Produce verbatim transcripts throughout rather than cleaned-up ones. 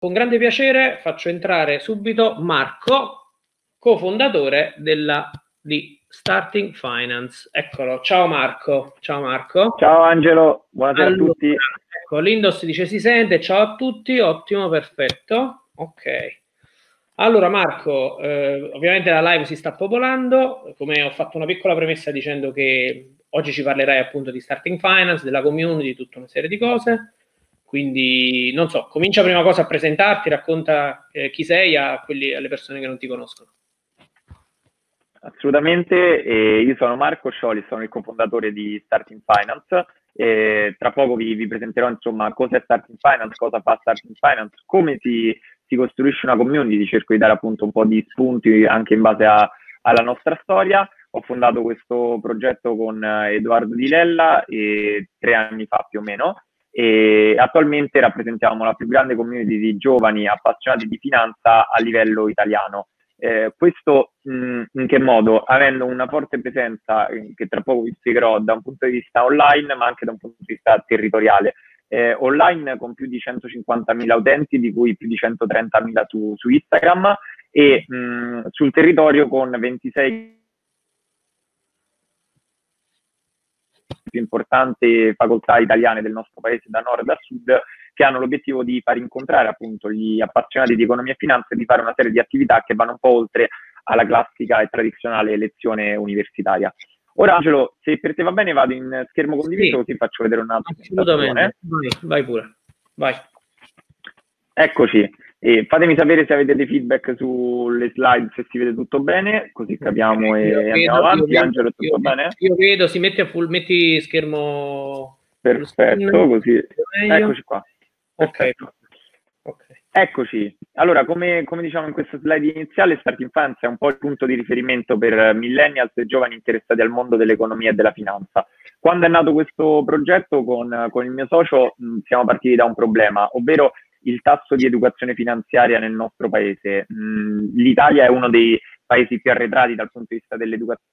Con grande piacere faccio entrare subito Marco, cofondatore della, di Starting Finance. Eccolo, ciao Marco. Ciao Marco. Ciao Angelo, buonasera allora, a tutti. Ecco, l'Indos dice si sente, ciao a tutti, ottimo, perfetto. Ok. Allora Marco, eh, ovviamente la live si sta popolando, come ho fatto una piccola premessa dicendo che oggi ci parlerai appunto di Starting Finance, della community, di tutta una serie di cose. Quindi, non so, comincia prima cosa a presentarti, racconta eh, chi sei a quelli, alle persone che non ti conoscono. Assolutamente, eh, io sono Marco Scioli, sono il cofondatore di Starting Finance. E tra poco vi, vi presenterò insomma cosa è Starting Finance, cosa fa Starting Finance, come si, si costruisce una community. Cerco di dare appunto un po' di spunti anche in base a, alla nostra storia. Ho fondato questo progetto con Edoardo Di Lella eh, tre anni fa più o meno, e attualmente rappresentiamo la più grande community di giovani appassionati di finanza a livello italiano. Eh, questo mh, in che modo? Avendo una forte presenza, eh, che tra poco vi spiegherò, da un punto di vista online, ma anche da un punto di vista territoriale. Eh, online con più di centocinquantamila utenti, di cui più di centotrentamila su, su Instagram, e mh, sul territorio con ventisei più importanti facoltà italiane del nostro paese da nord a sud, che hanno l'obiettivo di far incontrare appunto gli appassionati di economia e finanza e di fare una serie di attività che vanno un po' oltre alla classica e tradizionale lezione universitaria. Ora Angelo, se per te va bene vado in schermo condiviso, sì, così faccio vedere un'altra presentazione. Vai, vai pure, vai. Eccoci, e fatemi sapere se avete dei feedback sulle slide, se si vede tutto bene, così capiamo e io andiamo vedo, avanti. Io Angelo, tutto io, bene? Io vedo, si mette a full, metti schermo. Perfetto, così. Eccoci qua. Perfetto. Ok. Okay. Eccoci, allora come, come diciamo in questa slide iniziale, Starting Finance è un po' il punto di riferimento per millennials e giovani interessati al mondo dell'economia e della finanza. Quando è nato questo progetto con, con il mio socio mh, siamo partiti da un problema, ovvero il tasso di educazione finanziaria nel nostro paese. Mh, L'Italia è uno dei paesi più arretrati dal punto di vista dell'educazione,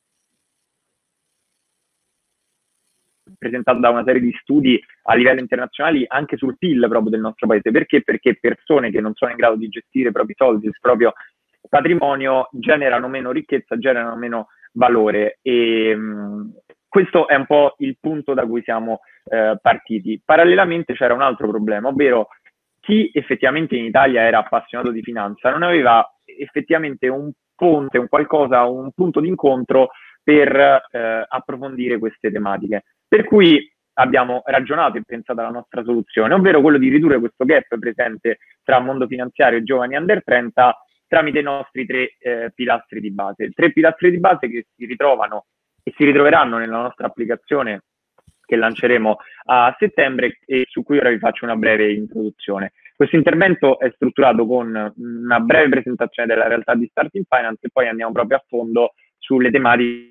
presentato da una serie di studi a livello internazionale anche sul P I L proprio del nostro paese. Perché? Perché persone che non sono in grado di gestire i propri soldi, il proprio patrimonio, generano meno ricchezza, generano meno valore. E mh, questo è un po' il punto da cui siamo eh, partiti. Parallelamente c'era un altro problema, ovvero chi effettivamente in Italia era appassionato di finanza non aveva effettivamente un ponte, un qualcosa, un punto d'incontro per eh, approfondire queste tematiche. Per cui abbiamo ragionato e pensato alla nostra soluzione, ovvero quello di ridurre questo gap presente tra mondo finanziario e giovani under trenta tramite i nostri tre eh, pilastri di base. Tre pilastri di base che si ritrovano e si ritroveranno nella nostra applicazione che lanceremo a settembre e su cui ora vi faccio una breve introduzione. Questo intervento è strutturato con una breve presentazione della realtà di Starting Finance e poi andiamo proprio a fondo sulle tematiche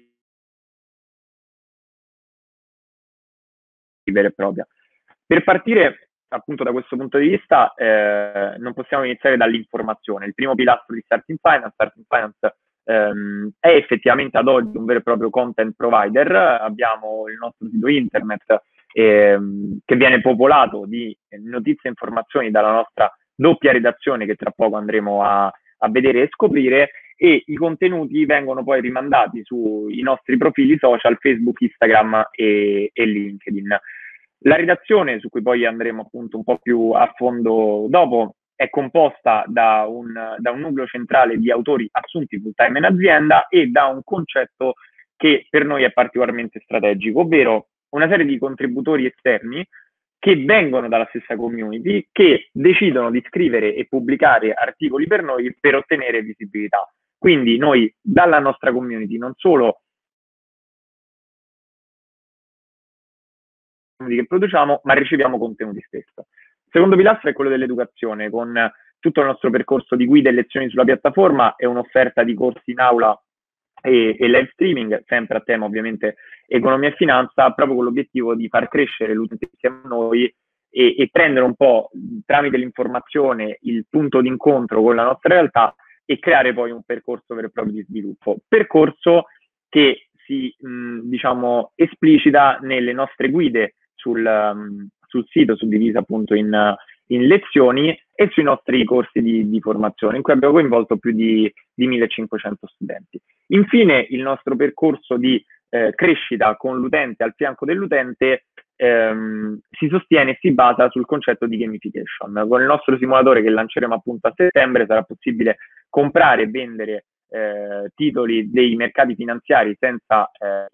vera e propria. Per partire appunto da questo punto di vista eh, non possiamo iniziare dall'informazione. Il primo pilastro di Starting Finance, Starting Finance ehm, è effettivamente ad oggi un vero e proprio content provider. Abbiamo il nostro sito internet ehm, che viene popolato di notizie e informazioni dalla nostra doppia redazione che tra poco andremo a, a vedere e scoprire, e i contenuti vengono poi rimandati sui nostri profili social Facebook, Instagram e, e LinkedIn. La redazione, su cui poi andremo appunto un po' più a fondo dopo, è composta da un, da un nucleo centrale di autori assunti full time in azienda e da un concetto che per noi è particolarmente strategico, ovvero una serie di contributori esterni che vengono dalla stessa community, che decidono di scrivere e pubblicare articoli per noi per ottenere visibilità. Quindi noi dalla nostra community non solo che produciamo, ma riceviamo contenuti stesso. Il secondo pilastro è quello dell'educazione, con tutto il nostro percorso di guide e lezioni sulla piattaforma e un'offerta di corsi in aula e, e live streaming, sempre a tema ovviamente economia e finanza, proprio con l'obiettivo di far crescere l'utente insieme a noi e, e prendere un po' tramite l'informazione il punto d'incontro con la nostra realtà e creare poi un percorso vero e proprio di sviluppo. Percorso che si mh, diciamo esplicita nelle nostre guide sul, um, sul sito, suddivisa appunto in, in lezioni e sui nostri corsi di, di formazione, in cui abbiamo coinvolto più di, di millecinquecento studenti. Infine, il nostro percorso di eh, crescita con l'utente, al fianco dell'utente, ehm, si sostiene e si basa sul concetto di gamification. Con il nostro simulatore, che lanceremo appunto a settembre, sarà possibile comprare e vendere eh, titoli dei mercati finanziari senza eh,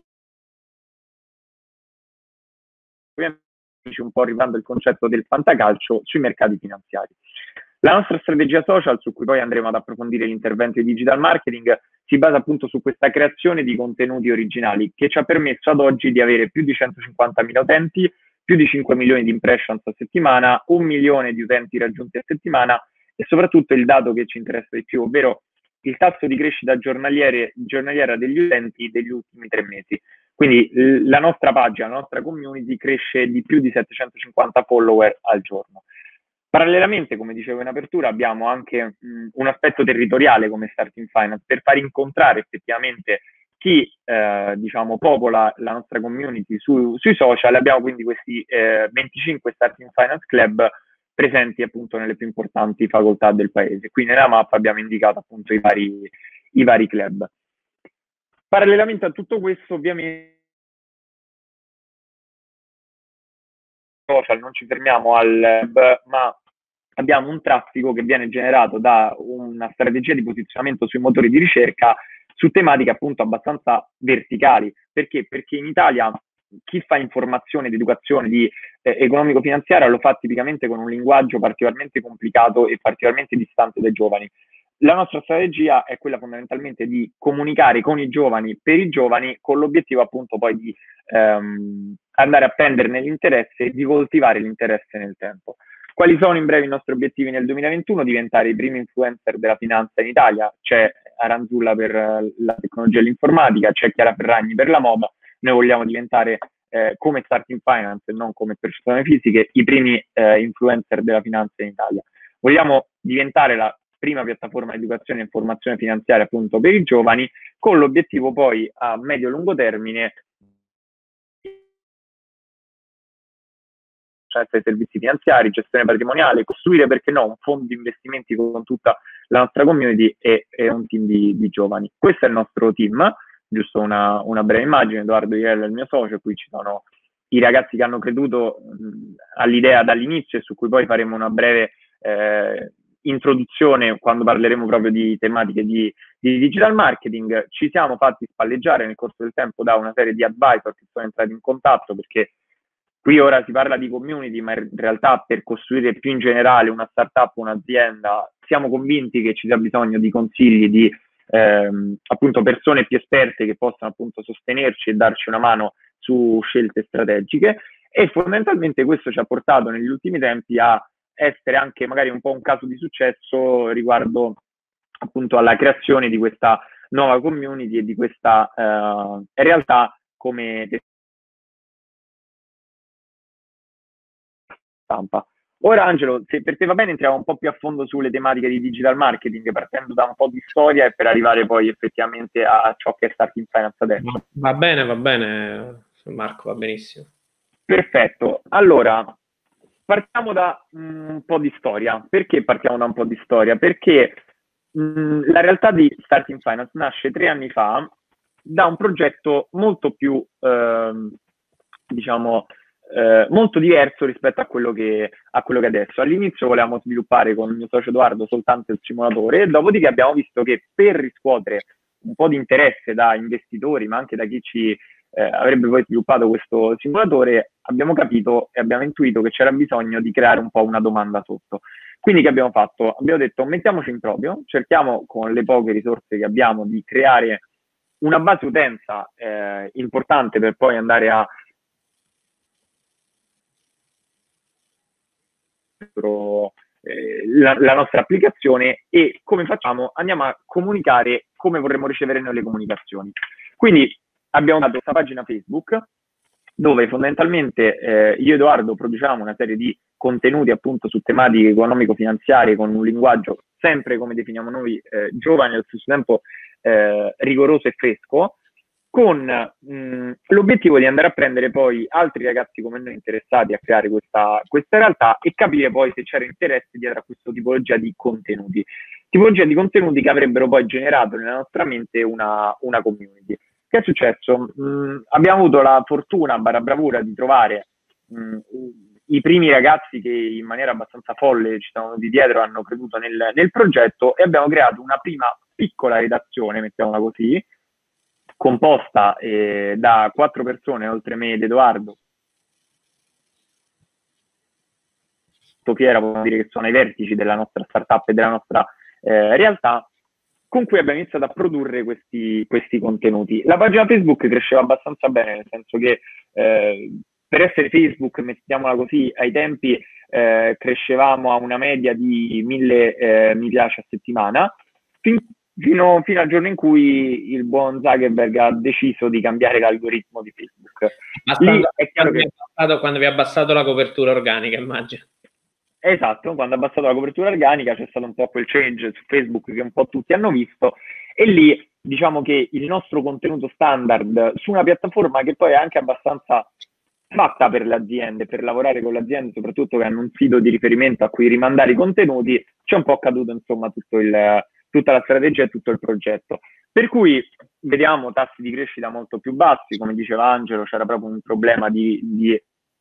un po' arrivando il concetto del fantacalcio sui mercati finanziari. La nostra strategia social, su cui poi andremo ad approfondire l'intervento di digital marketing, si basa appunto su questa creazione di contenuti originali che ci ha permesso ad oggi di avere più di centocinquantamila utenti, più di cinque milioni di impressions a settimana, un milione di utenti raggiunti a settimana e soprattutto il dato che ci interessa di più, ovvero il tasso di crescita giornaliera degli utenti degli ultimi tre mesi. Quindi la nostra pagina, la nostra community cresce di più di settecentocinquanta follower al giorno. Parallelamente, come dicevo in apertura, abbiamo anche mh, un aspetto territoriale come Starting Finance per far incontrare effettivamente chi eh, diciamo popola la nostra community su, sui social. Abbiamo quindi questi eh, venticinque Starting Finance Club presenti appunto nelle più importanti facoltà del paese. Qui nella mappa abbiamo indicato appunto i vari, i vari club. Parallelamente a tutto questo, ovviamente, social non ci fermiamo al web, ma abbiamo un traffico che viene generato da una strategia di posizionamento sui motori di ricerca su tematiche appunto abbastanza verticali. Perché? Perché in Italia chi fa informazione ed educazione di eh, economico-finanziaria lo fa tipicamente con un linguaggio particolarmente complicato e particolarmente distante dai giovani. La nostra strategia è quella fondamentalmente di comunicare con i giovani, per i giovani, con l'obiettivo appunto poi di ehm, andare a prenderne l'interesse e di coltivare l'interesse nel tempo. Quali sono in breve i nostri obiettivi nel duemilaventuno? Diventare i primi influencer della finanza in Italia. C'è Aranzulla per la tecnologia e l'informatica, c'è Chiara Ferragni per la moda. Noi vogliamo diventare eh, come Starting Finance e non come persone fisiche i primi eh, influencer della finanza in Italia. Vogliamo diventare la prima piattaforma di educazione e informazione finanziaria appunto per i giovani, con l'obiettivo poi a medio-lungo termine cioè servizi finanziari, gestione patrimoniale, costruire, perché no, un fondo di investimenti con tutta la nostra community e, e un team di, di giovani. Questo è il nostro team, giusto una, una breve immagine. Edoardo Irello è il mio socio, qui ci sono i ragazzi che hanno creduto mh, all'idea dall'inizio e su cui poi faremo una breve eh, introduzione quando parleremo proprio di tematiche di, di digital marketing. Ci siamo fatti spalleggiare nel corso del tempo da una serie di advisor che sono entrati in contatto, perché qui ora si parla di community, ma in realtà per costruire più in generale una startup, un'azienda, siamo convinti che ci sia bisogno di consigli, di ehm, appunto persone più esperte che possano appunto sostenerci e darci una mano su scelte strategiche, e fondamentalmente questo ci ha portato negli ultimi tempi a essere anche magari un po' un caso di successo riguardo appunto alla creazione di questa nuova community e di questa eh, realtà come stampa. Ora Angelo, se per te va bene, entriamo un po' più a fondo sulle tematiche di digital marketing, partendo da un po' di storia e per arrivare poi effettivamente a ciò che è Starting Finance adesso. Va bene, va bene Marco, va benissimo. Perfetto, allora partiamo da un po' di storia. Perché partiamo da un po' di storia? Perché mh, la realtà di Starting Finance nasce tre anni fa da un progetto molto più, eh, diciamo, eh, molto diverso rispetto a quello, che, a quello che adesso. All'inizio volevamo sviluppare con il mio socio Edoardo soltanto il simulatore, dopodiché abbiamo visto che per riscuotere un po' di interesse da investitori, ma anche da chi ci eh, avrebbe poi sviluppato questo simulatore, abbiamo capito e abbiamo intuito che c'era bisogno di creare un po' una domanda sotto. Quindi che abbiamo fatto? Abbiamo detto mettiamoci in proprio, cerchiamo con le poche risorse che abbiamo di creare una base utenza eh, importante per poi andare a La, la nostra applicazione, e come facciamo? Andiamo a comunicare come vorremmo ricevere noi le comunicazioni. Quindi abbiamo dato questa pagina Facebook dove fondamentalmente eh, io e Edoardo produciamo una serie di contenuti appunto su tematiche economico-finanziarie con un linguaggio sempre, come definiamo noi, eh, giovane e allo stesso tempo eh, rigoroso e fresco, con mh, l'obiettivo di andare a prendere poi altri ragazzi come noi interessati a creare questa, questa realtà e capire poi se c'era interesse dietro a questa tipologia di contenuti. Tipologia di contenuti che avrebbero poi generato nella nostra mente una, una community. Che è successo? Mh, abbiamo avuto la fortuna, barra bravura, di trovare mh, i primi ragazzi che in maniera abbastanza folle ci sono venuti dietro, hanno creduto nel, nel progetto e abbiamo creato una prima piccola redazione, mettiamola così, composta eh, da quattro persone, oltre me ed Edoardo. Fiera, possiamo dire che sono ai vertici della nostra startup e della nostra eh, realtà, con cui abbiamo iniziato a produrre questi, questi contenuti. La pagina Facebook cresceva abbastanza bene, nel senso che eh, per essere Facebook, mettiamola così, ai tempi eh, crescevamo a una media di mille eh, mi piace a settimana, fin, fino, fino al giorno in cui il buon Zuckerberg ha deciso di cambiare l'algoritmo di Facebook. Lì è chiaro che... Quando vi ha abbassato la copertura organica, immagino. Esatto, quando ha abbassato la copertura organica c'è stato un po' quel change su Facebook che un po' tutti hanno visto e lì diciamo che il nostro contenuto standard su una piattaforma che poi è anche abbastanza fatta per le aziende, per lavorare con le aziende, soprattutto che hanno un sito di riferimento a cui rimandare i contenuti, c'è un po' caduto insomma tutto il, tutta la strategia e tutto il progetto. Per cui vediamo tassi di crescita molto più bassi, come diceva Angelo, c'era proprio un problema di, di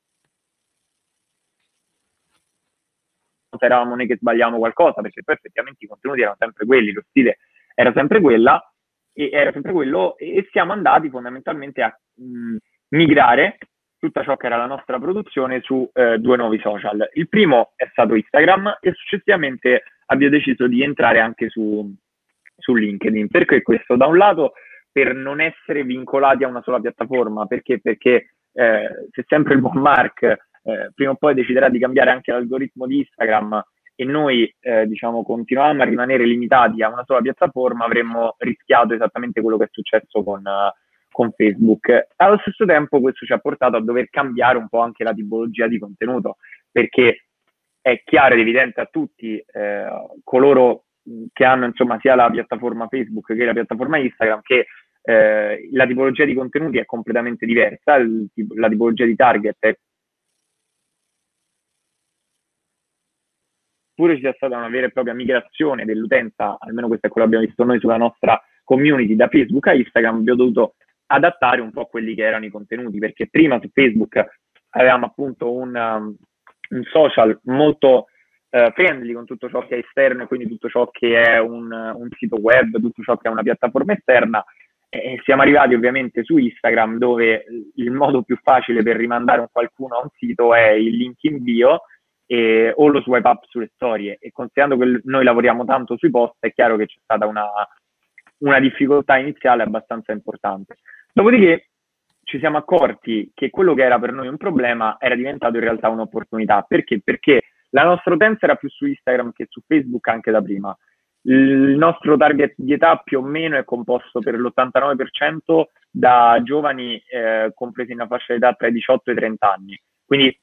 eravamo noi che sbagliavamo qualcosa, perché poi effettivamente i contenuti erano sempre quelli, lo stile era sempre quella e era sempre quello e siamo andati fondamentalmente a mh, migrare tutta ciò che era la nostra produzione su eh, due nuovi social. Il primo è stato Instagram e successivamente abbiamo deciso di entrare anche su, su LinkedIn. Perché questo? Da un lato per non essere vincolati a una sola piattaforma, perché? Perché eh, se sempre il buon Mark Eh, prima o poi deciderà di cambiare anche l'algoritmo di Instagram e noi eh, diciamo continuiamo a rimanere limitati a una sola piattaforma, avremmo rischiato esattamente quello che è successo con, uh, con Facebook. Allo stesso tempo questo ci ha portato a dover cambiare un po' anche la tipologia di contenuto, perché è chiaro ed evidente a tutti eh, coloro che hanno insomma sia la piattaforma Facebook che la piattaforma Instagram che eh, la tipologia di contenuti è completamente diversa, il, la tipologia di target è pure ci sia stata una vera e propria migrazione dell'utenza, almeno questo è quello che abbiamo visto noi sulla nostra community, da Facebook a Instagram, abbiamo dovuto adattare un po' quelli che erano i contenuti, perché prima su Facebook avevamo appunto un, um, un social molto uh, friendly con tutto ciò che è esterno e quindi tutto ciò che è un, un sito web, tutto ciò che è una piattaforma esterna, e siamo arrivati ovviamente su Instagram dove il modo più facile per rimandare un qualcuno a un sito è il link in bio, E, o lo swipe up sulle storie, e considerando che noi lavoriamo tanto sui post è chiaro che c'è stata una, una difficoltà iniziale abbastanza importante. Dopodiché ci siamo accorti che quello che era per noi un problema era diventato in realtà un'opportunità. Perché? Perché la nostra utenza era più su Instagram che su Facebook anche da prima. Il nostro target di età più o meno è composto per l'ottantanove per cento da giovani eh, compresi in una fascia d'età tra i diciotto e i trenta anni. Quindi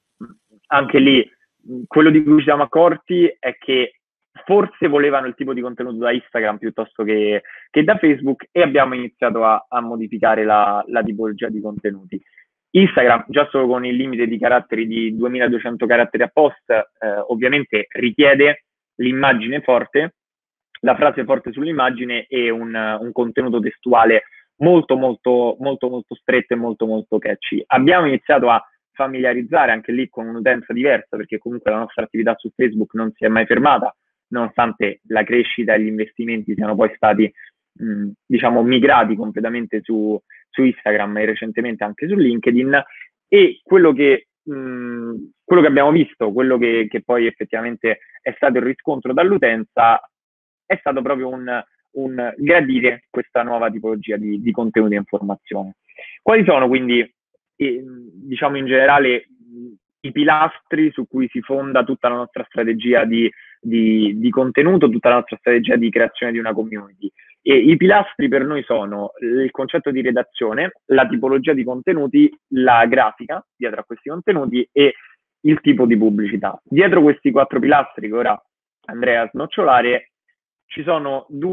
anche lì quello di cui ci siamo accorti è che forse volevano il tipo di contenuto da Instagram piuttosto che, che da Facebook e abbiamo iniziato a, a modificare la, la tipologia di contenuti. Instagram, già solo con il limite di caratteri di duemiladuecento caratteri a post, eh, ovviamente richiede l'immagine forte, la frase forte sull'immagine e un, un contenuto testuale molto molto molto molto stretto e molto molto catchy. Abbiamo iniziato a familiarizzare anche lì con un'utenza diversa, perché comunque la nostra attività su Facebook non si è mai fermata, nonostante la crescita e gli investimenti siano poi stati mh, diciamo migrati completamente su, su Instagram e recentemente anche su LinkedIn. E quello che, mh, quello che abbiamo visto, quello che, che poi effettivamente è stato il riscontro dall'utenza, è stato proprio un, un gradire questa nuova tipologia di, di contenuti e informazione. Quali sono quindi E, diciamo in generale i pilastri su cui si fonda tutta la nostra strategia di, di, di contenuto, tutta la nostra strategia di creazione di una community? E i pilastri per noi sono il concetto di redazione, la tipologia di contenuti, la grafica dietro a questi contenuti e il tipo di pubblicità. Dietro questi quattro pilastri che ora andrei a snocciolare ci sono due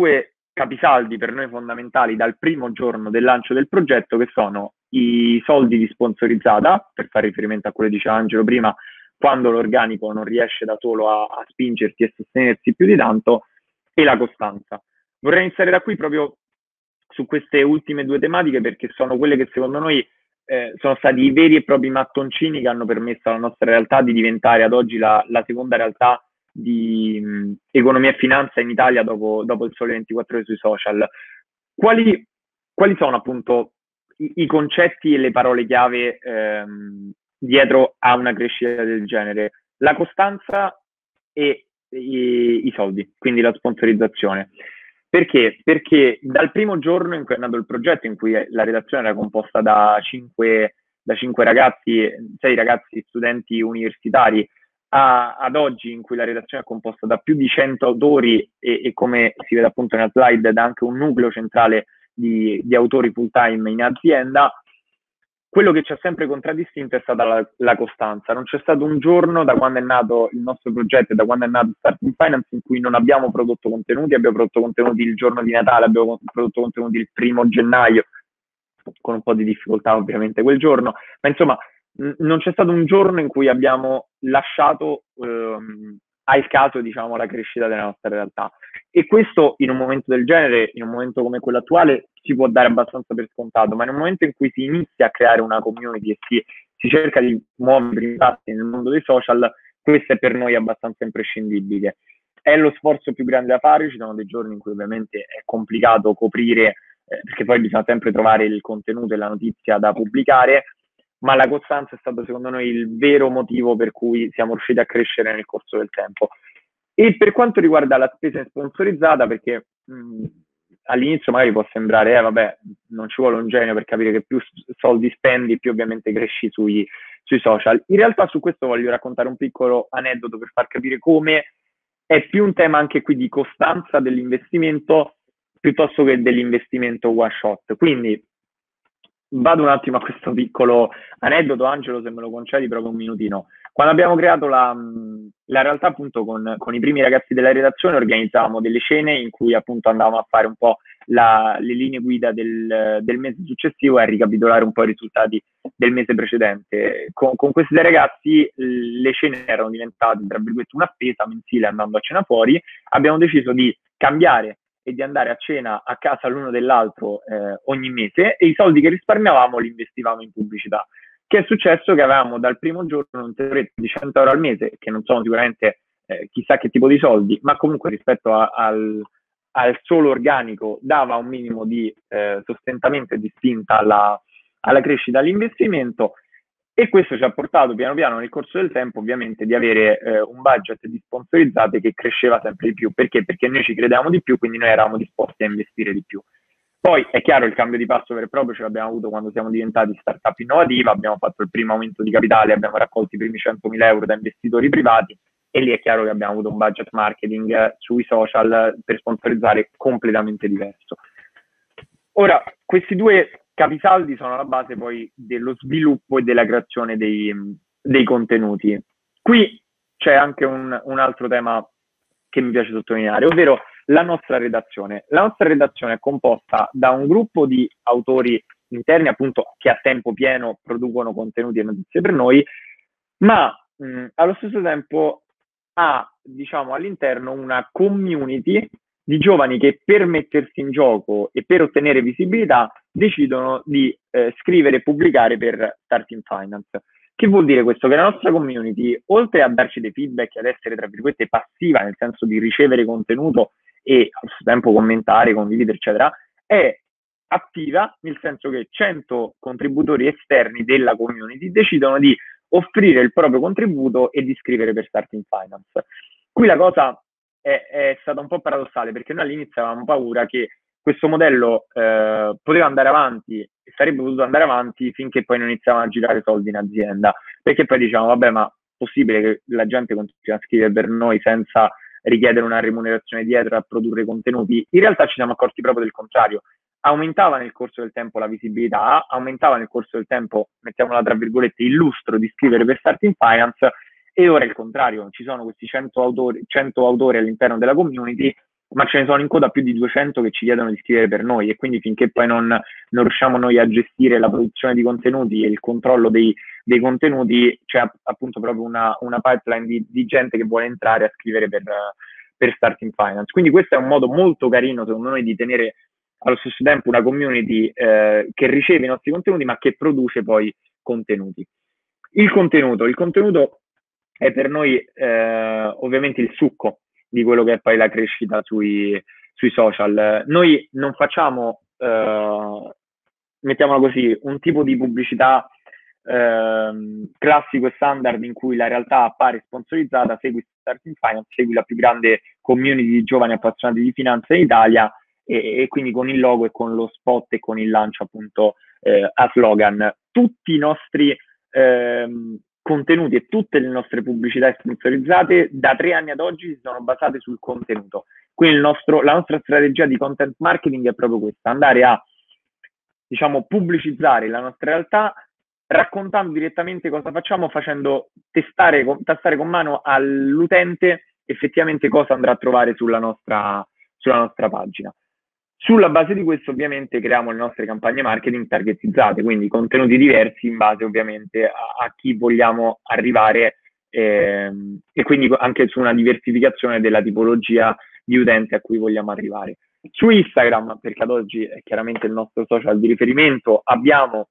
capisaldi per noi fondamentali dal primo giorno del lancio del progetto, che sono i soldi di sponsorizzata, per fare riferimento a quello che diceva Angelo prima, quando l'organico non riesce da solo a, a spingersi e sostenersi più di tanto, e la costanza. Vorrei iniziare da qui proprio su queste ultime due tematiche, perché sono quelle che secondo noi eh, sono stati i veri e propri mattoncini che hanno permesso alla nostra realtà di diventare ad oggi la, la seconda realtà di mh, economia e finanza in Italia dopo, dopo il Sole ventiquattro Ore sui social. Quali, quali sono appunto i, i concetti e le parole chiave ehm, dietro a una crescita del genere? La costanza e i, i soldi, quindi la sponsorizzazione. Perché? Perché dal primo giorno in cui è nato il progetto, in cui la redazione era composta da cinque, da cinque ragazzi, sei ragazzi studenti universitari, a, ad oggi in cui la redazione è composta da più di cento autori e, e come si vede appunto nella slide, da anche un nucleo centrale di, di autori full time in azienda, quello che ci ha sempre contraddistinto è stata la, la costanza. Non c'è stato un giorno da quando è nato il nostro progetto e da quando è nato Starting Finance in cui non abbiamo prodotto contenuti. Abbiamo prodotto contenuti il giorno di Natale, abbiamo prodotto contenuti il primo gennaio, con un po' di difficoltà ovviamente quel giorno, ma insomma n- non c'è stato un giorno in cui abbiamo lasciato ehm, al caso, diciamo, la crescita della nostra realtà. E questo in un momento del genere, in un momento come quello attuale, si può dare abbastanza per scontato, ma in un momento in cui si inizia a creare una community e si, si cerca di muovere i primi passi nel mondo dei social, questo è per noi abbastanza imprescindibile. È lo sforzo più grande da fare, ci sono dei giorni in cui ovviamente è complicato coprire, eh, perché poi bisogna sempre trovare il contenuto e la notizia da pubblicare, ma la costanza è stato secondo noi il vero motivo per cui siamo riusciti a crescere nel corso del tempo. E per quanto riguarda la spesa sponsorizzata, perché mh, all'inizio magari può sembrare, eh vabbè, non ci vuole un genio per capire che più soldi spendi, più ovviamente cresci sui, sui social. In realtà su questo voglio raccontare un piccolo aneddoto per far capire come è più un tema anche qui di costanza dell'investimento piuttosto che dell'investimento one shot. Quindi vado un attimo a questo piccolo aneddoto, Angelo, se me lo concedi proprio un minutino. Quando abbiamo creato la, la realtà appunto con, con i primi ragazzi della redazione, organizzavamo delle cene in cui appunto andavamo a fare un po' la, le linee guida del, del mese successivo e a ricapitolare un po' i risultati del mese precedente. Con, con questi due ragazzi le cene erano diventate, tra virgolette, una spesa mensile andando a cena fuori. Abbiamo deciso di cambiare e di andare a cena a casa l'uno dell'altro eh, ogni mese, e i soldi che risparmiavamo li investivamo in pubblicità. Che è successo? Che avevamo dal primo giorno un teoretto di cento euro al mese, che non sono sicuramente eh, chissà che tipo di soldi, ma comunque rispetto a, al, al solo organico dava un minimo di eh, sostentamento e di spinta alla, alla crescita all'investimento. E questo ci ha portato piano piano nel corso del tempo ovviamente di avere eh, un budget di sponsorizzate che cresceva sempre di più. Perché? Perché noi ci credevamo di più, quindi noi eravamo disposti a investire di più. Poi è chiaro il cambio di passo vero e proprio ce l'abbiamo avuto quando siamo diventati startup innovativa, abbiamo fatto il primo aumento di capitale, abbiamo raccolto i primi centomila euro da investitori privati e lì è chiaro che abbiamo avuto un budget marketing eh, sui social per sponsorizzare completamente diverso. Ora, questi due capisaldi sono la base poi dello sviluppo e della creazione dei, dei contenuti. Qui c'è anche un, un altro tema che mi piace sottolineare, ovvero la nostra redazione. La nostra redazione è composta da un gruppo di autori interni, appunto, che a tempo pieno producono contenuti e notizie per noi, ma mh, allo stesso tempo ha, diciamo, all'interno una community di giovani che per mettersi in gioco e per ottenere visibilità decidono di eh, scrivere e pubblicare per Starting Finance. Che vuol dire questo? Che la nostra community, oltre a darci dei feedback e ad essere, tra virgolette, passiva, nel senso di ricevere contenuto e al suo tempo commentare, condividere, eccetera, è attiva, nel senso che cento contributori esterni della community decidono di offrire il proprio contributo e di scrivere per Starting Finance. Qui la cosa è, è stata un po' paradossale, perché noi all'inizio avevamo paura che questo modello eh, poteva andare avanti e sarebbe potuto andare avanti finché poi non iniziavano a girare soldi in azienda, perché poi diciamo vabbè, ma è possibile che la gente continui a scrivere per noi senza richiedere una remunerazione dietro a produrre contenuti? In realtà ci siamo accorti proprio del contrario. Aumentava nel corso del tempo la visibilità, aumentava nel corso del tempo, mettiamola tra virgolette, il lustro di scrivere per Starting Finance, e ora è il contrario, ci sono questi cento autori, cento autori all'interno della community ma ce ne sono in coda più di duecento che ci chiedono di scrivere per noi, e quindi finché poi non, non riusciamo noi a gestire la produzione di contenuti e il controllo dei, dei contenuti, c'è appunto proprio una, una pipeline di, di gente che vuole entrare a scrivere per, per Starting Finance. Quindi questo è un modo molto carino, secondo noi, di tenere allo stesso tempo una community eh, che riceve i nostri contenuti ma che produce poi contenuti. Il contenuto, il contenuto è per noi eh, ovviamente il succo di quello che è poi la crescita sui, sui social. Noi non facciamo, eh, mettiamola così, un tipo di pubblicità eh, classico e standard in cui la realtà appare sponsorizzata, segui Starting Finance, segui la più grande community di giovani appassionati di finanza in Italia, e, e quindi con il logo e con lo spot e con il lancio appunto eh, a slogan. Tutti i nostri ehm, contenuti e tutte le nostre pubblicità sponsorizzate da tre anni ad oggi si sono basate sul contenuto. Quindi il nostro, la nostra strategia di content marketing è proprio questa: andare a, diciamo, pubblicizzare la nostra realtà raccontando direttamente cosa facciamo, facendo testare, tastare con mano all'utente effettivamente cosa andrà a trovare sulla nostra, sulla nostra pagina. Sulla base di questo ovviamente creiamo le nostre campagne marketing targetizzate, quindi contenuti diversi in base ovviamente a, a chi vogliamo arrivare, ehm, e quindi anche su una diversificazione della tipologia di utente a cui vogliamo arrivare. Su Instagram, perché ad oggi è chiaramente il nostro social di riferimento, abbiamo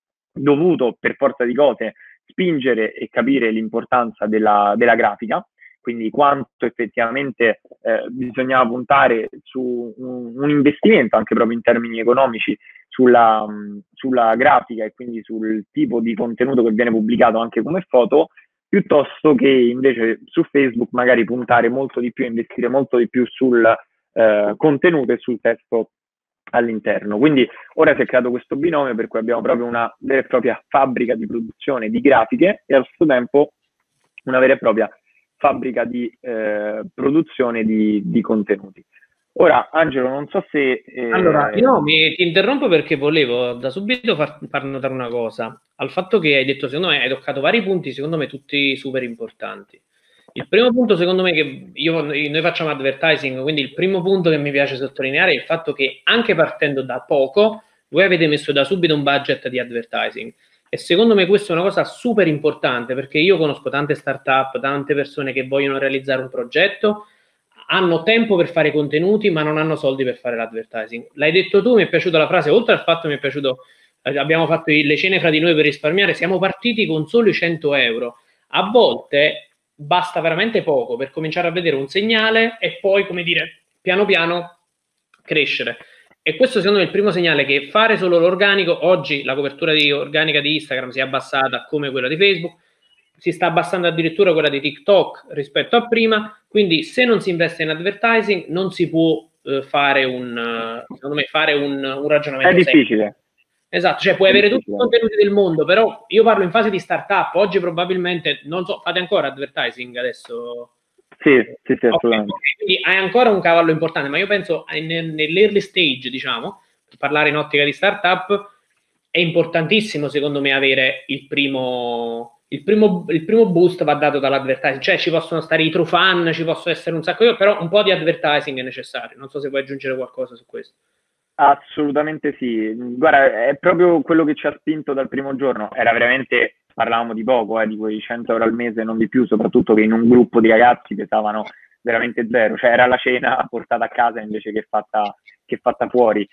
dovuto per forza di cose spingere e capire l'importanza della, della grafica, quindi quanto effettivamente eh, bisognava puntare su un, un investimento anche proprio in termini economici sulla, mh, sulla grafica e quindi sul tipo di contenuto che viene pubblicato anche come foto, piuttosto che invece su Facebook magari puntare molto di più, investire molto di più sul eh, contenuto e sul testo all'interno. Quindi ora si è creato questo binomio per cui abbiamo proprio una vera e propria fabbrica di produzione di grafiche e allo stesso tempo una vera e propria fabbrica di eh, produzione di, di contenuti. Ora, Angelo, non so se... Eh... Allora, io mi, ti interrompo perché volevo da subito far, far notare una cosa. Al fatto che hai detto, secondo me, hai toccato vari punti, secondo me tutti super importanti. Il primo punto, secondo me, che io, noi facciamo advertising, quindi il primo punto che mi piace sottolineare è il fatto che anche partendo da poco, voi avete messo da subito un budget di advertising. E secondo me questa è una cosa super importante, perché io conosco tante startup, tante persone che vogliono realizzare un progetto, hanno tempo per fare contenuti, ma non hanno soldi per fare l'advertising. L'hai detto tu, mi è piaciuta la frase, oltre al fatto che mi è piaciuto, eh, abbiamo fatto le cene fra di noi per risparmiare, siamo partiti con soli cento euro. A volte basta veramente poco per cominciare a vedere un segnale e poi, come dire, piano piano crescere. E questo secondo me è il primo segnale, che fare solo l'organico, oggi la copertura di organica di Instagram si è abbassata come quella di Facebook, si sta abbassando addirittura quella di TikTok rispetto a prima, quindi se non si investe in advertising non si può eh, fare un, secondo me, fare un, un ragionamento è difficile. semplice. Esatto, cioè puoi è avere tutti i contenuti del mondo, però io parlo in fase di startup, oggi probabilmente, non so, fate ancora advertising adesso? Sì, sì, sì, assolutamente. Okay, okay, quindi hai ancora un cavallo importante, ma io penso nell'early stage, diciamo, per parlare in ottica di startup, è importantissimo secondo me avere il primo, il primo, il primo boost va dato dall'advertising, cioè ci possono stare i true fan, ci possono essere un sacco di, però un po' di advertising è necessario. Non so se vuoi aggiungere qualcosa su questo. Assolutamente sì, guarda, è proprio quello che ci ha spinto dal primo giorno, era veramente, parlavamo di poco, eh, di quei cento euro al mese, non di più, soprattutto che in un gruppo di ragazzi pesavano veramente zero, cioè era la cena portata a casa invece che fatta, che fatta fuori.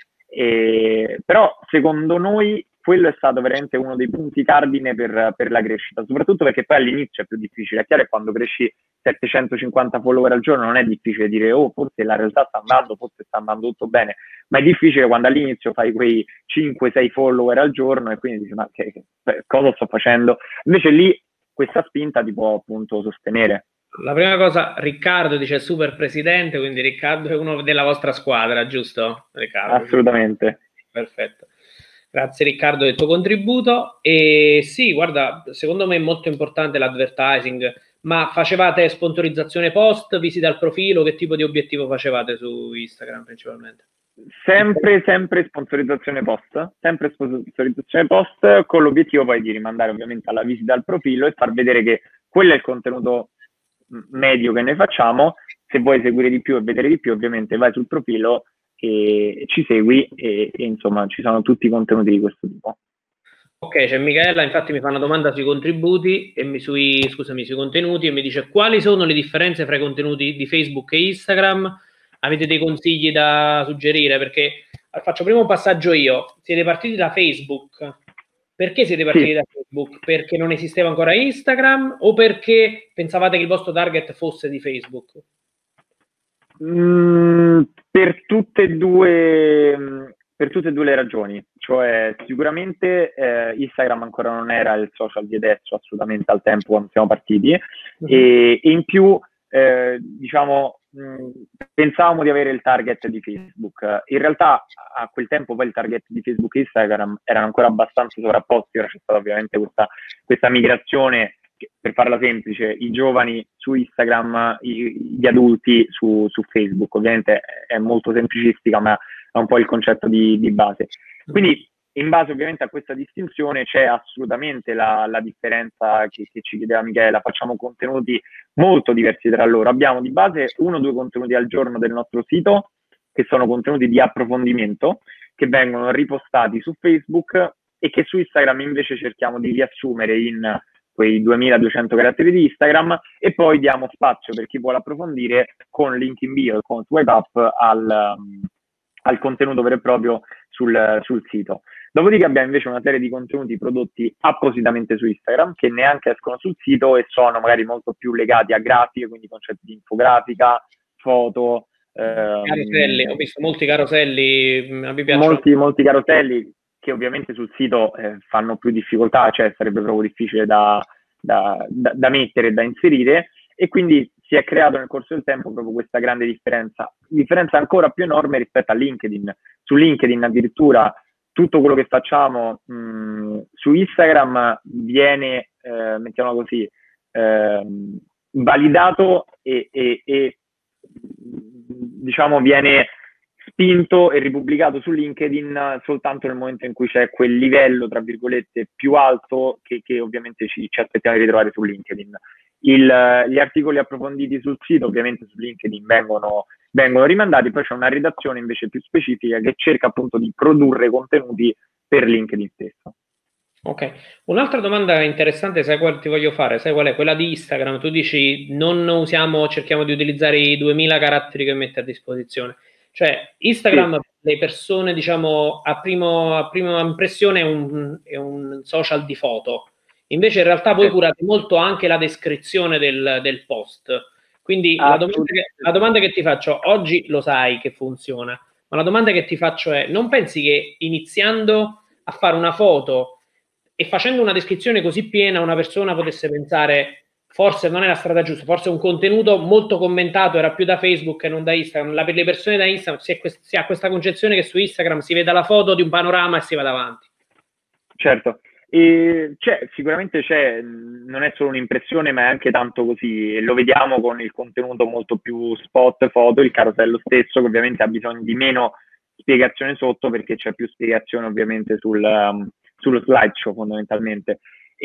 E, però secondo noi quello è stato veramente uno dei punti cardine per, per la crescita, soprattutto perché poi all'inizio è più difficile. È chiaro che quando cresci settecentocinquanta follower al giorno non è difficile dire oh, forse la realtà sta andando, forse sta andando tutto bene, ma è difficile quando all'inizio fai quei cinque sei follower al giorno e quindi dici ma che, che, cosa sto facendo? Invece lì questa spinta ti può appunto sostenere. La prima cosa, Riccardo dice super presidente, quindi Riccardo è uno della vostra squadra, giusto? Riccardo, assolutamente. Perfetto. Grazie Riccardo del tuo contributo. E sì, guarda, secondo me è molto importante l'advertising, ma facevate sponsorizzazione post, visita al profilo, che tipo di obiettivo facevate su Instagram principalmente? Sempre, sempre sponsorizzazione post, sempre sponsorizzazione post, con l'obiettivo poi di rimandare ovviamente alla visita al profilo e far vedere che quello è il contenuto medio che noi facciamo, se vuoi seguire di più e vedere di più, ovviamente vai sul profilo e ci segui e, e insomma ci sono tutti i contenuti di questo tipo. Ok, c'è Michela, infatti mi fa una domanda sui contributi e mi, sui, scusami, sui contenuti e mi dice quali sono le differenze fra i contenuti di Facebook e Instagram? Avete dei consigli da suggerire? Perché faccio prima un passaggio io. Siete partiti da Facebook. Perché siete partiti sì. da Facebook? Perché non esisteva ancora Instagram o perché pensavate che il vostro target fosse di Facebook? Mm, per tutte e due per tutte e due le ragioni, cioè sicuramente eh, Instagram ancora non era il social di adesso assolutamente al tempo quando siamo partiti mm-hmm. e, e in più eh, diciamo mh, pensavamo di avere il target di Facebook. In realtà a quel tempo poi il target di Facebook e Instagram erano ancora abbastanza sovrapposti, ora c'è stata ovviamente questa, questa migrazione. Per farla semplice, i giovani su Instagram, i, gli adulti su, su Facebook. Ovviamente è molto semplicistica, ma è un po' il concetto di, di base. Quindi, in base ovviamente a questa distinzione, c'è assolutamente la, la differenza che, che ci chiedeva Michela. Facciamo contenuti molto diversi tra loro. Abbiamo di base uno o due contenuti al giorno del nostro sito, che sono contenuti di approfondimento, che vengono ripostati su Facebook e che su Instagram invece cerchiamo di riassumere in quei duemiladuecento caratteri di Instagram e poi diamo spazio per chi vuole approfondire con link in bio e con swipe up al, um, al contenuto vero e proprio sul, sul sito. Dopodiché abbiamo invece una serie di contenuti prodotti appositamente su Instagram che neanche escono sul sito e sono magari molto più legati a grafiche, quindi concetti di infografica, foto. Ehm, caroselli, ho visto molti caroselli, a me piacciono. Molti, molti caroselli che ovviamente sul sito eh, fanno più difficoltà, cioè sarebbe proprio difficile da, da, da, da mettere e da inserire, e quindi si è creato nel corso del tempo proprio questa grande differenza, differenza ancora più enorme rispetto a LinkedIn. Su LinkedIn addirittura tutto quello che facciamo mh, su Instagram viene, eh, mettiamolo così, eh, validato e, e, e diciamo viene spinto e ripubblicato su LinkedIn soltanto nel momento in cui c'è quel livello, tra virgolette, più alto che, che ovviamente ci, ci aspettiamo di ritrovare su LinkedIn. Il, gli articoli approfonditi sul sito ovviamente su LinkedIn vengono, vengono rimandati, poi c'è una redazione invece più specifica che cerca appunto di produrre contenuti per LinkedIn stesso. Ok, un'altra domanda interessante, sai qual ti voglio fare? Sai qual è? Quella di Instagram. Tu dici non usiamo, cerchiamo di utilizzare i duemila caratteri che mette a disposizione. Cioè, Instagram, sì. Le persone, diciamo, a, primo, a prima impressione è un, è un social di foto. Invece in realtà voi curate molto anche la descrizione del, del post. Quindi la domanda, che, la domanda che ti faccio, oggi lo sai che funziona, ma la domanda che ti faccio è, non pensi che iniziando a fare una foto e facendo una descrizione così piena una persona potesse pensare forse non è la strada giusta, forse un contenuto molto commentato era più da Facebook che non da Instagram? La, per le persone da Instagram si, è quest- si ha questa concezione che su Instagram si veda la foto di un panorama e si va davanti. Certo, e c'è, sicuramente c'è, non è solo un'impressione ma è anche tanto così, e lo vediamo con il contenuto molto più spot, foto, il carosello stesso che ovviamente ha bisogno di meno spiegazione sotto perché c'è più spiegazione ovviamente sul, um, sullo slideshow fondamentalmente,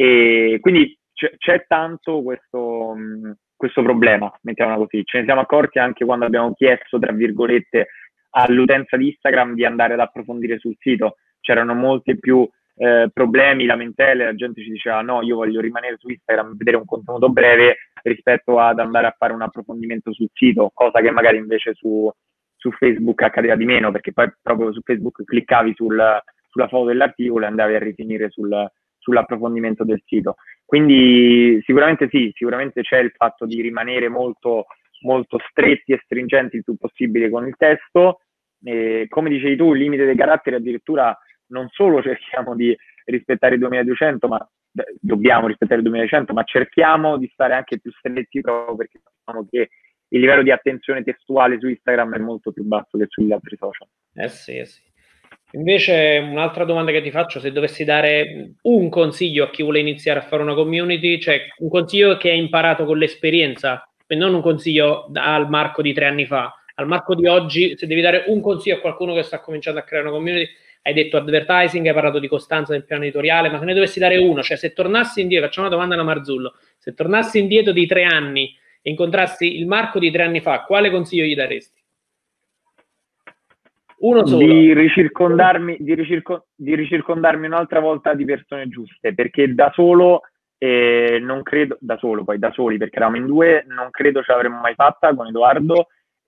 e quindi c'è, c'è tanto questo, um, questo problema, mettiamola così. Ce ne siamo accorti anche quando abbiamo chiesto, tra virgolette, all'utenza di Instagram di andare ad approfondire sul sito. C'erano molti più eh, problemi, lamentele, la gente ci diceva no, io voglio rimanere su Instagram e vedere un contenuto breve rispetto ad andare a fare un approfondimento sul sito, cosa che magari invece su, su Facebook accadeva di meno, perché poi proprio su Facebook cliccavi sul, sulla foto dell'articolo e andavi a rifinire sul, sull'approfondimento del sito. Quindi sicuramente sì, sicuramente c'è il fatto di rimanere molto, molto stretti e stringenti il più possibile con il testo. E, come dicevi tu, il limite dei caratteri addirittura non solo cerchiamo di rispettare i duemiladuecento, ma beh, dobbiamo rispettare i duemiladuecento, ma cerchiamo di stare anche più stretti proprio perché sappiamo che il livello di attenzione testuale su Instagram è molto più basso che sugli altri social. Eh sì, eh sì. Invece un'altra domanda che ti faccio, se dovessi dare un consiglio a chi vuole iniziare a fare una community, cioè un consiglio che hai imparato con l'esperienza, e non un consiglio al Marco di tre anni fa, al Marco di oggi, se devi dare un consiglio a qualcuno che sta cominciando a creare una community, hai detto advertising, hai parlato di costanza del piano editoriale, ma se ne dovessi dare uno, cioè se tornassi indietro, facciamo una domanda alla Marzullo, se tornassi indietro di tre anni e incontrassi il Marco di tre anni fa, quale consiglio gli daresti? Uno solo. Di ricircondarmi, di, ricirco, di ricircondarmi un'altra volta di persone giuste, perché da solo eh, non credo, da solo poi da soli, perché eravamo in due, non credo ce l'avremmo mai fatta con Edoardo,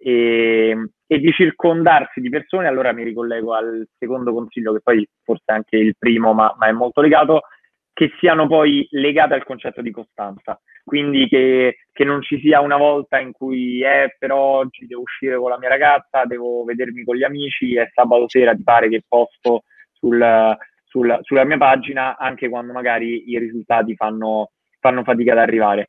e, e di circondarsi di persone. Allora mi ricollego al secondo consiglio, che poi forse è anche il primo, ma, ma è molto legato, che siano poi legate al concetto di costanza, quindi che, che non ci sia una volta in cui eh, però oggi devo uscire con la mia ragazza, devo vedermi con gli amici e sabato sera ti pare che posto sul, sul, sulla mia pagina, anche quando magari i risultati fanno, fanno fatica ad arrivare.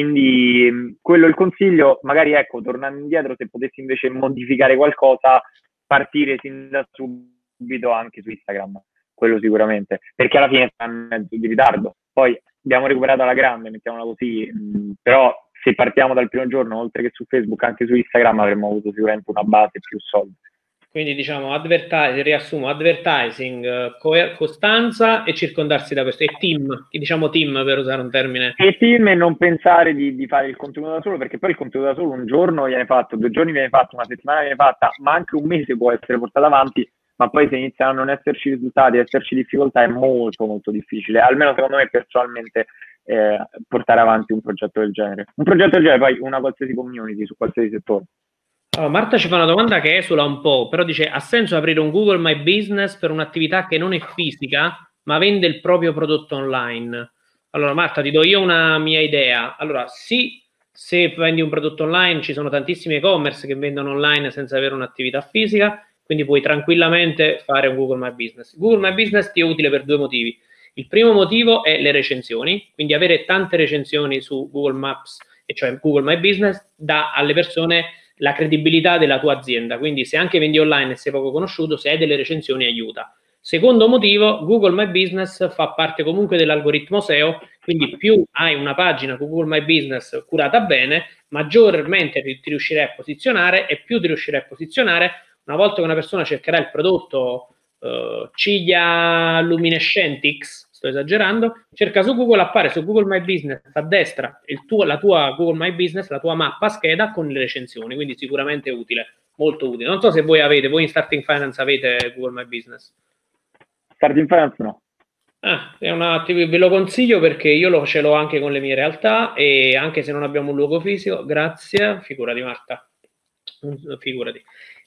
Quindi quello è il consiglio. Magari, ecco, tornando indietro, se potessi invece modificare qualcosa, partire sin da subito anche su Instagram, quello sicuramente, perché alla fine sta in mezzo di ritardo. Poi abbiamo recuperato alla grande, mettiamola così, mh, però se partiamo dal primo giorno, oltre che su Facebook, anche su Instagram avremmo avuto sicuramente una base più solida. Quindi diciamo, advertising, riassumo, advertising, co- costanza e circondarsi da questo, e team, diciamo team per usare un termine. E team, e non pensare di, di fare il contenuto da solo, perché poi il contenuto da solo un giorno viene fatto, due giorni viene fatto, una settimana viene fatta, ma anche un mese può essere portato avanti, ma poi se iniziano a non esserci risultati, esserci difficoltà, è molto molto difficile, almeno secondo me personalmente, eh, portare avanti un progetto del genere. Un progetto del genere, poi una qualsiasi community, su qualsiasi settore. Allora, Marta ci fa una domanda che esula un po', però dice: ha senso aprire un Google My Business per un'attività che non è fisica, ma vende il proprio prodotto online? Allora, Marta, ti do io una mia idea. Allora, sì, se vendi un prodotto online, ci sono tantissimi e-commerce che vendono online senza avere un'attività fisica, quindi puoi tranquillamente fare un Google My Business. Google My Business ti è utile per due motivi. Il primo motivo è le recensioni, quindi avere tante recensioni su Google Maps, e cioè Google My Business, dà alle persone la credibilità della tua azienda. Quindi se anche vendi online e sei poco conosciuto, se hai delle recensioni aiuta. Secondo motivo, Google My Business fa parte comunque dell'algoritmo S E O, quindi più hai una pagina con Google My Business curata bene, maggiormente ti riuscirai a posizionare, e più ti riuscirai a posizionare una volta che una persona cercherà il prodotto uh, ciglia luminescenti X, sto esagerando, cerca su Google, appare su Google My Business a destra il tuo, la tua Google My Business, la tua mappa a scheda con le recensioni, quindi sicuramente utile, molto utile. Non so se voi avete, voi in Starting Finance avete Google My Business? Starting Finance no. Ah, è una, ve lo consiglio perché io lo, ce l'ho anche con le mie realtà, e anche se non abbiamo un luogo fisico, grazie, figurati Marta, figurati.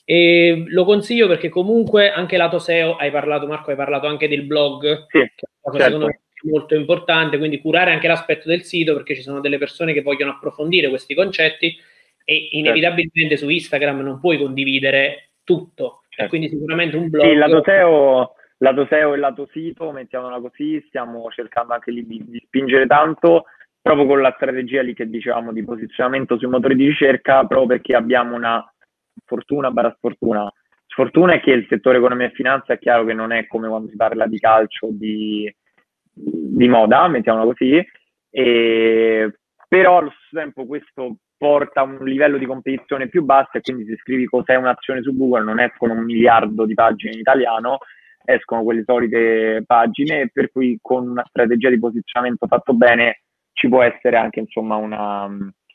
E lo consiglio perché comunque anche lato S E O, hai parlato Marco, hai parlato anche del blog, sì, che è una cosa certo. secondo me è molto importante, quindi curare anche l'aspetto del sito, perché ci sono delle persone che vogliono approfondire questi concetti e inevitabilmente certo. Su Instagram non puoi condividere tutto, certo. E quindi sicuramente un blog... Sì, lato S E O, lato S E O e lato sito, mettiamola così, stiamo cercando anche lì di, di spingere tanto, proprio con la strategia lì che dicevamo di posizionamento sui motori di ricerca, proprio perché abbiamo una fortuna barra sfortuna. Sfortuna è che il settore economia e finanza è chiaro che non è come quando si parla di calcio, di, di moda, mettiamola così, e, però allo stesso tempo questo porta a un livello di competizione più basso, e quindi se scrivi cos'è un'azione su Google non escono un miliardo di pagine in italiano, escono quelle solite pagine, per cui con una strategia di posizionamento fatto bene ci può essere anche insomma una,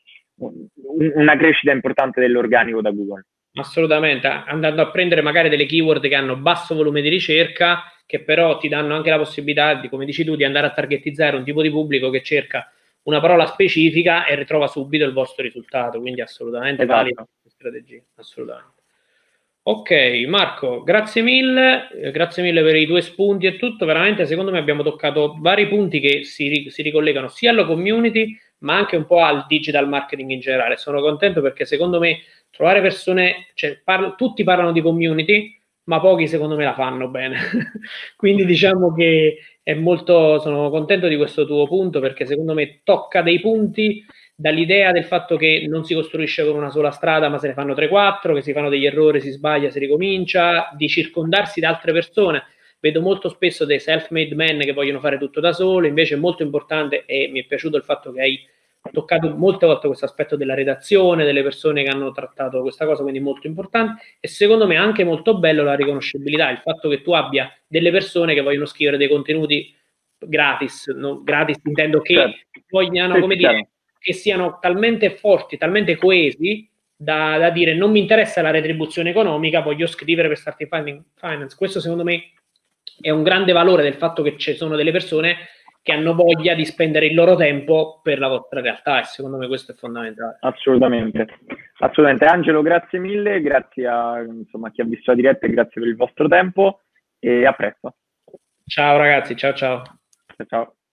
una crescita importante dell'organico da Google. Assolutamente, andando a prendere magari delle keyword che hanno basso volume di ricerca, che però ti danno anche la possibilità di, come dici tu, di andare a targetizzare un tipo di pubblico che cerca una parola specifica e ritrova subito il vostro risultato, quindi assolutamente esatto. valida strategia, assolutamente. Ok, Marco, grazie mille, eh, grazie mille per i tuoi spunti e tutto, veramente secondo me abbiamo toccato vari punti che si, si ricollegano sia alla community ma anche un po' al digital marketing in generale. Sono contento perché secondo me trovare persone, cioè parlo, tutti parlano di community, ma pochi secondo me la fanno bene. Quindi diciamo che è molto, sono contento di questo tuo punto, perché secondo me tocca dei punti, dall'idea del fatto che non si costruisce con una sola strada, ma se ne fanno tre quattro, che si fanno degli errori, si sbaglia, si ricomincia, di circondarsi da altre persone. Vedo molto spesso dei self-made men che vogliono fare tutto da solo, invece è molto importante, e mi è piaciuto il fatto che hai toccato molte volte questo aspetto della redazione, delle persone che hanno trattato questa cosa, quindi molto importante. E secondo me anche molto bello la riconoscibilità, il fatto che tu abbia delle persone che vogliono scrivere dei contenuti gratis, no? Gratis intendo che certo. vogliano, come dire, che siano talmente forti, talmente coesi da, da dire non mi interessa la retribuzione economica, voglio scrivere per Starting Finance. Questo secondo me è un grande valore del fatto che ci sono delle persone che hanno voglia di spendere il loro tempo per la vostra realtà, e secondo me questo è fondamentale. Assolutamente, assolutamente. Angelo, grazie mille, grazie a, insomma, a chi ha visto la diretta e grazie per il vostro tempo, e a presto. Ciao ragazzi, ciao ciao. Ciao.